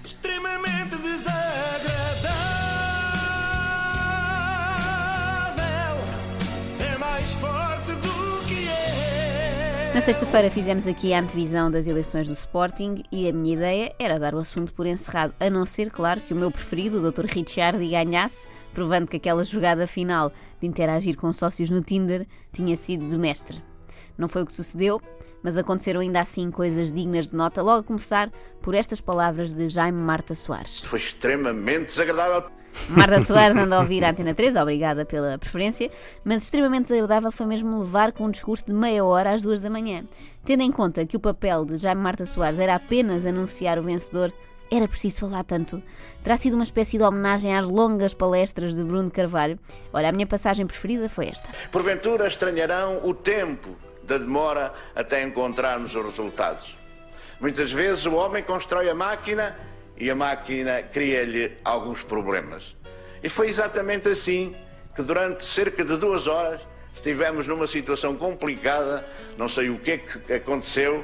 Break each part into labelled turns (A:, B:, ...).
A: extremamente desagradável. É mais forte do que é.
B: Na sexta-feira fizemos aqui a antevisão das eleições do Sporting e a minha ideia era dar o assunto por encerrado, a não ser, claro, que o meu preferido, o Dr. Ricciardi, ganhasse, provando que aquela jogada final de interagir com sócios no Tinder tinha sido de mestre. Não foi o que sucedeu, mas aconteceram ainda assim coisas dignas de nota, logo a começar por estas palavras de Jaime Marta Soares.
C: Foi extremamente desagradável.
B: Marta Soares anda a ouvir a Antena 3, obrigada pela preferência, mas extremamente desagradável foi mesmo levar com um discurso de meia hora às 2 da manhã. Tendo em conta que o papel de Jaime Marta Soares era apenas anunciar o vencedor, era preciso falar tanto? Terá sido uma espécie de homenagem às longas palestras de Bruno Carvalho? Olha, a minha passagem preferida foi esta.
C: Porventura estranharão o tempo da demora até encontrarmos os resultados. Muitas vezes o homem constrói a máquina e a máquina cria-lhe alguns problemas. E foi exatamente assim que durante cerca de 2 horas estivemos numa situação complicada, não sei o que é que aconteceu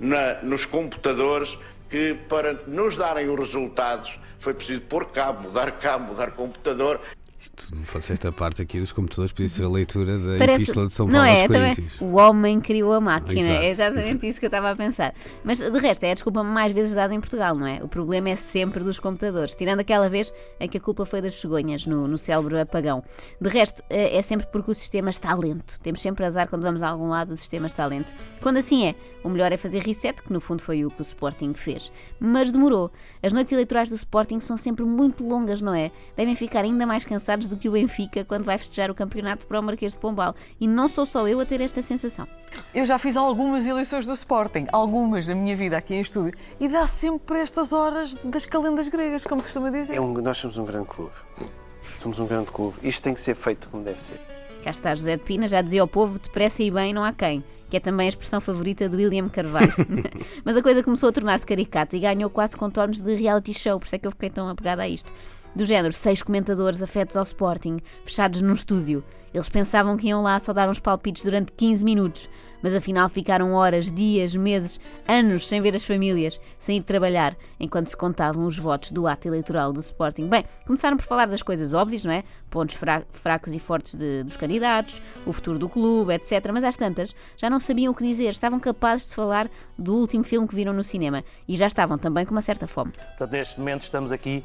C: nos computadores, que para nos darem os resultados foi preciso pôr cabo, mudar computador.
D: Se não fosse esta parte aqui dos computadores, podia ser a leitura da
B: Parece,
D: Epístola de São
B: não
D: Paulo
B: é,
D: aos
B: também,
D: Coríntios.
B: o homem criou a máquina,
D: Exato.
B: é exatamente isso que eu estava a pensar. Mas de resto é a desculpa mais vezes dada em Portugal, não é? O problema é sempre dos computadores, tirando aquela vez em que a culpa foi das cegonhas no célebre apagão. De resto é sempre porque o sistema está lento. Temos sempre azar quando vamos a algum lado, o sistema está lento. Quando assim é, o melhor é fazer reset, que no fundo foi o que o Sporting fez. Mas demorou. As noites eleitorais do Sporting são sempre muito longas, não é? Devem ficar ainda mais cansados do que o Benfica quando vai festejar o campeonato para o Marquês de Pombal. E não sou só eu a ter esta sensação.
E: Eu já fiz algumas eleições do Sporting, algumas na minha vida aqui em estúdio, e dá sempre para estas horas das calendas gregas, como se costuma dizer.
F: Nós somos um grande clube. Somos um grande clube. Isto tem que ser feito como deve ser.
B: Cá está José de Pina, já dizia ao povo, depressa e bem não há quem, que é também a expressão favorita de William Carvalho. Mas a coisa começou a tornar-se caricata e ganhou quase contornos de reality show, por isso é que eu fiquei tão apegada a isto. Do género, 6 comentadores afetos ao Sporting, fechados num estúdio. Eles pensavam que iam lá só dar uns palpites durante 15 minutos, mas afinal ficaram horas, dias, meses, anos sem ver as famílias, sem ir trabalhar, enquanto se contavam os votos do ato eleitoral do Sporting. Bem, começaram por falar das coisas óbvias, não é? Pontos fracos e fortes dos candidatos, o futuro do clube, etc. Mas às tantas já não sabiam o que dizer, estavam capazes de falar do último filme que viram no cinema e já estavam também com uma certa fome.
G: Portanto, neste momento estamos aqui,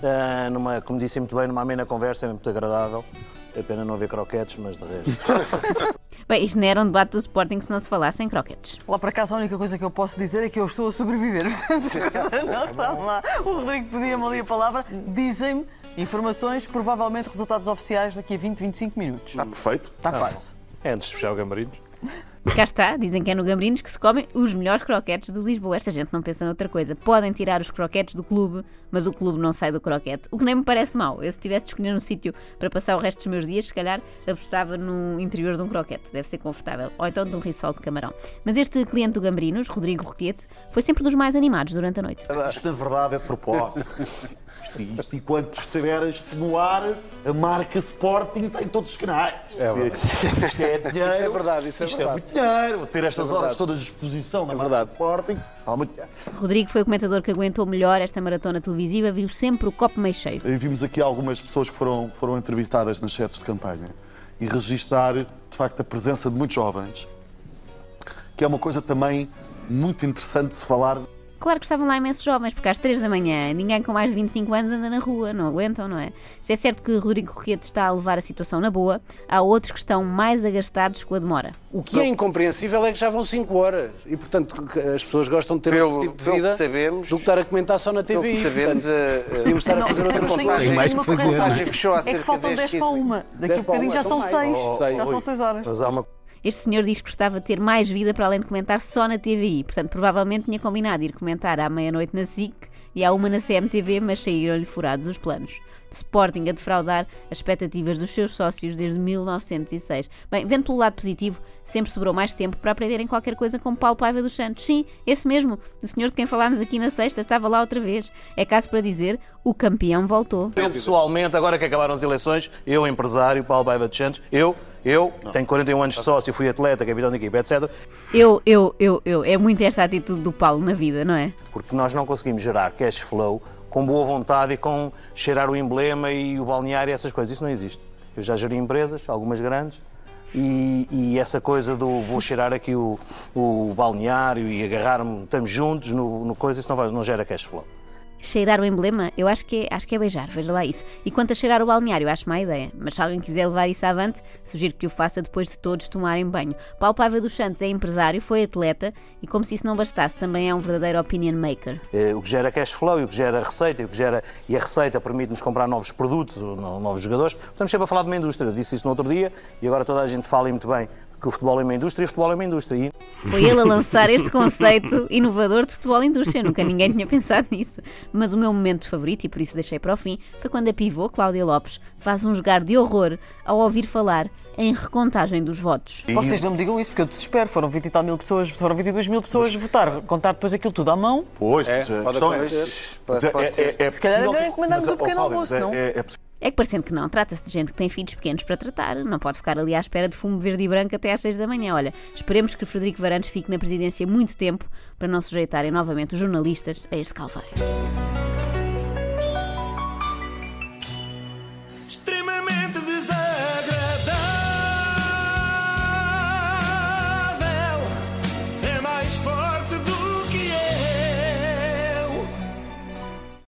G: como disse muito bem, numa amena conversa, é muito agradável. É pena não haver croquetes, mas de resto...
B: Bem, isto não era um debate do Sporting se não se falasse em croquetes.
E: Lá para casa a única coisa que eu posso dizer é que eu estou a sobreviver. Não está lá. O Rodrigo pedia-me ali a palavra. Dizem-me informações, provavelmente resultados oficiais daqui a 20, 25 minutos.
F: Está perfeito.
E: Está quase.
G: É antes de fechar o Gambarinos.
B: Cá está, dizem que é no Gambrinhos que se comem os melhores croquetes de Lisboa. Esta gente não pensa noutra coisa. Podem tirar os croquetes do clube, mas o clube não sai do croquete. O que nem me parece mau. Eu, se tivesse de escolher um sítio para passar o resto dos meus dias, se calhar apostava no interior de um croquete. Deve ser confortável. Ou então de um risol de camarão. Mas este cliente do Gambrinhos, Rodrigo Roquete, foi sempre dos mais animados durante a noite.
H: Isto, na verdade, é de propósito. Isto, enquanto estiver no ar, a marca Sporting tem todos os canais. Isto é dinheiro.
F: Isso é verdade,
H: Isto é muito dinheiro. Ter estas horas todas de exposição na marca Sporting. Há muito dinheiro.
B: Rodrigo foi o comentador que aguentou melhor esta maratona televisiva, viu sempre o copo meio cheio.
H: Vimos aqui algumas pessoas que foram entrevistadas nas sedes de campanha e registar, de facto, a presença de muitos jovens, que é uma coisa também muito interessante de se falar.
B: Claro que estavam lá imensos jovens, porque às 3 da manhã ninguém com mais de 25 anos anda na rua, não aguentam, não é? Se é certo que Rodrigo Roquete está a levar a situação na boa, há outros que estão mais agastados com a demora.
I: O que é incompreensível é que já vão 5 horas e, portanto, as pessoas gostam de ter outro tipo de vida do que estar a comentar só na TVI. Podemos estar a fazer outra coisa.
E: Tem
D: mais
E: uma
D: que fazer,
E: correção. É que faltam 10 para 1. Daqui a bocadinho já são 6. Já são 6 horas.
G: Mas há uma...
B: Este senhor diz que gostava de ter mais vida para além de comentar só na TVI. Portanto, provavelmente tinha combinado ir comentar à meia-noite na SIC e à 1 na CMTV, mas saíram-lhe furados os planos. Sporting a defraudar as expectativas dos seus sócios desde 1906. Bem, vendo pelo lado positivo, sempre sobrou mais tempo para aprenderem qualquer coisa com Paulo Paiva dos Santos. Sim, esse mesmo, o senhor de quem falámos aqui na sexta, estava lá outra vez. É caso para dizer, o campeão voltou.
G: Eu, pessoalmente, agora que acabaram as eleições, eu, empresário, Paulo Paiva dos Santos, eu Eu tenho 41 anos de sócio, fui atleta, capitão de equipa, etc.
B: É muito esta atitude do Paulo na vida, não é?
G: Porque nós não conseguimos gerar cash flow com boa vontade e com cheirar o emblema e o balneário e essas coisas. Isso não existe. Eu já geri empresas, algumas grandes, e essa coisa do vou cheirar aqui o balneário e agarrar-me, estamos juntos no coisa, isso não gera cash flow.
B: Cheirar o emblema, eu acho que é beijar, veja lá isso. E quanto a cheirar o balneário, acho má ideia. Mas se alguém quiser levar isso avante, sugiro que o faça depois de todos tomarem banho. Paulo Paiva dos Santos é empresário, foi atleta e, como se isso não bastasse, também é um verdadeiro opinion maker.
G: O que gera cash flow, o que gera receita, e a receita permite-nos comprar novos produtos, novos jogadores. Estamos sempre a falar de uma indústria. Eu disse isso no outro dia e agora toda a gente fala muito bem que o futebol é uma indústria e o futebol é uma indústria.
B: Foi ele a lançar este conceito inovador de futebol-indústria. Nunca ninguém tinha pensado nisso. Mas o meu momento favorito, e por isso deixei para o fim, foi quando a pivô, Cláudia Lopes, faz um jogar de horror ao ouvir falar em recontagem dos votos.
E: Vocês não me digam isso, porque eu desespero. Foram 20 e tal mil pessoas, foram 22 mil pessoas votar. Contar depois aquilo tudo à mão.
H: Pois,
I: pode acontecer.
E: Se calhar é melhor encomendarmos o pequeno almoço, não?
B: É que parecendo que não, trata-se de gente que tem filhos pequenos para tratar, não pode ficar ali à espera de fumo verde e branco até às 6 da manhã. Olha, esperemos que Frederico Varandes fique na presidência muito tempo para não sujeitarem novamente os jornalistas a este calvário.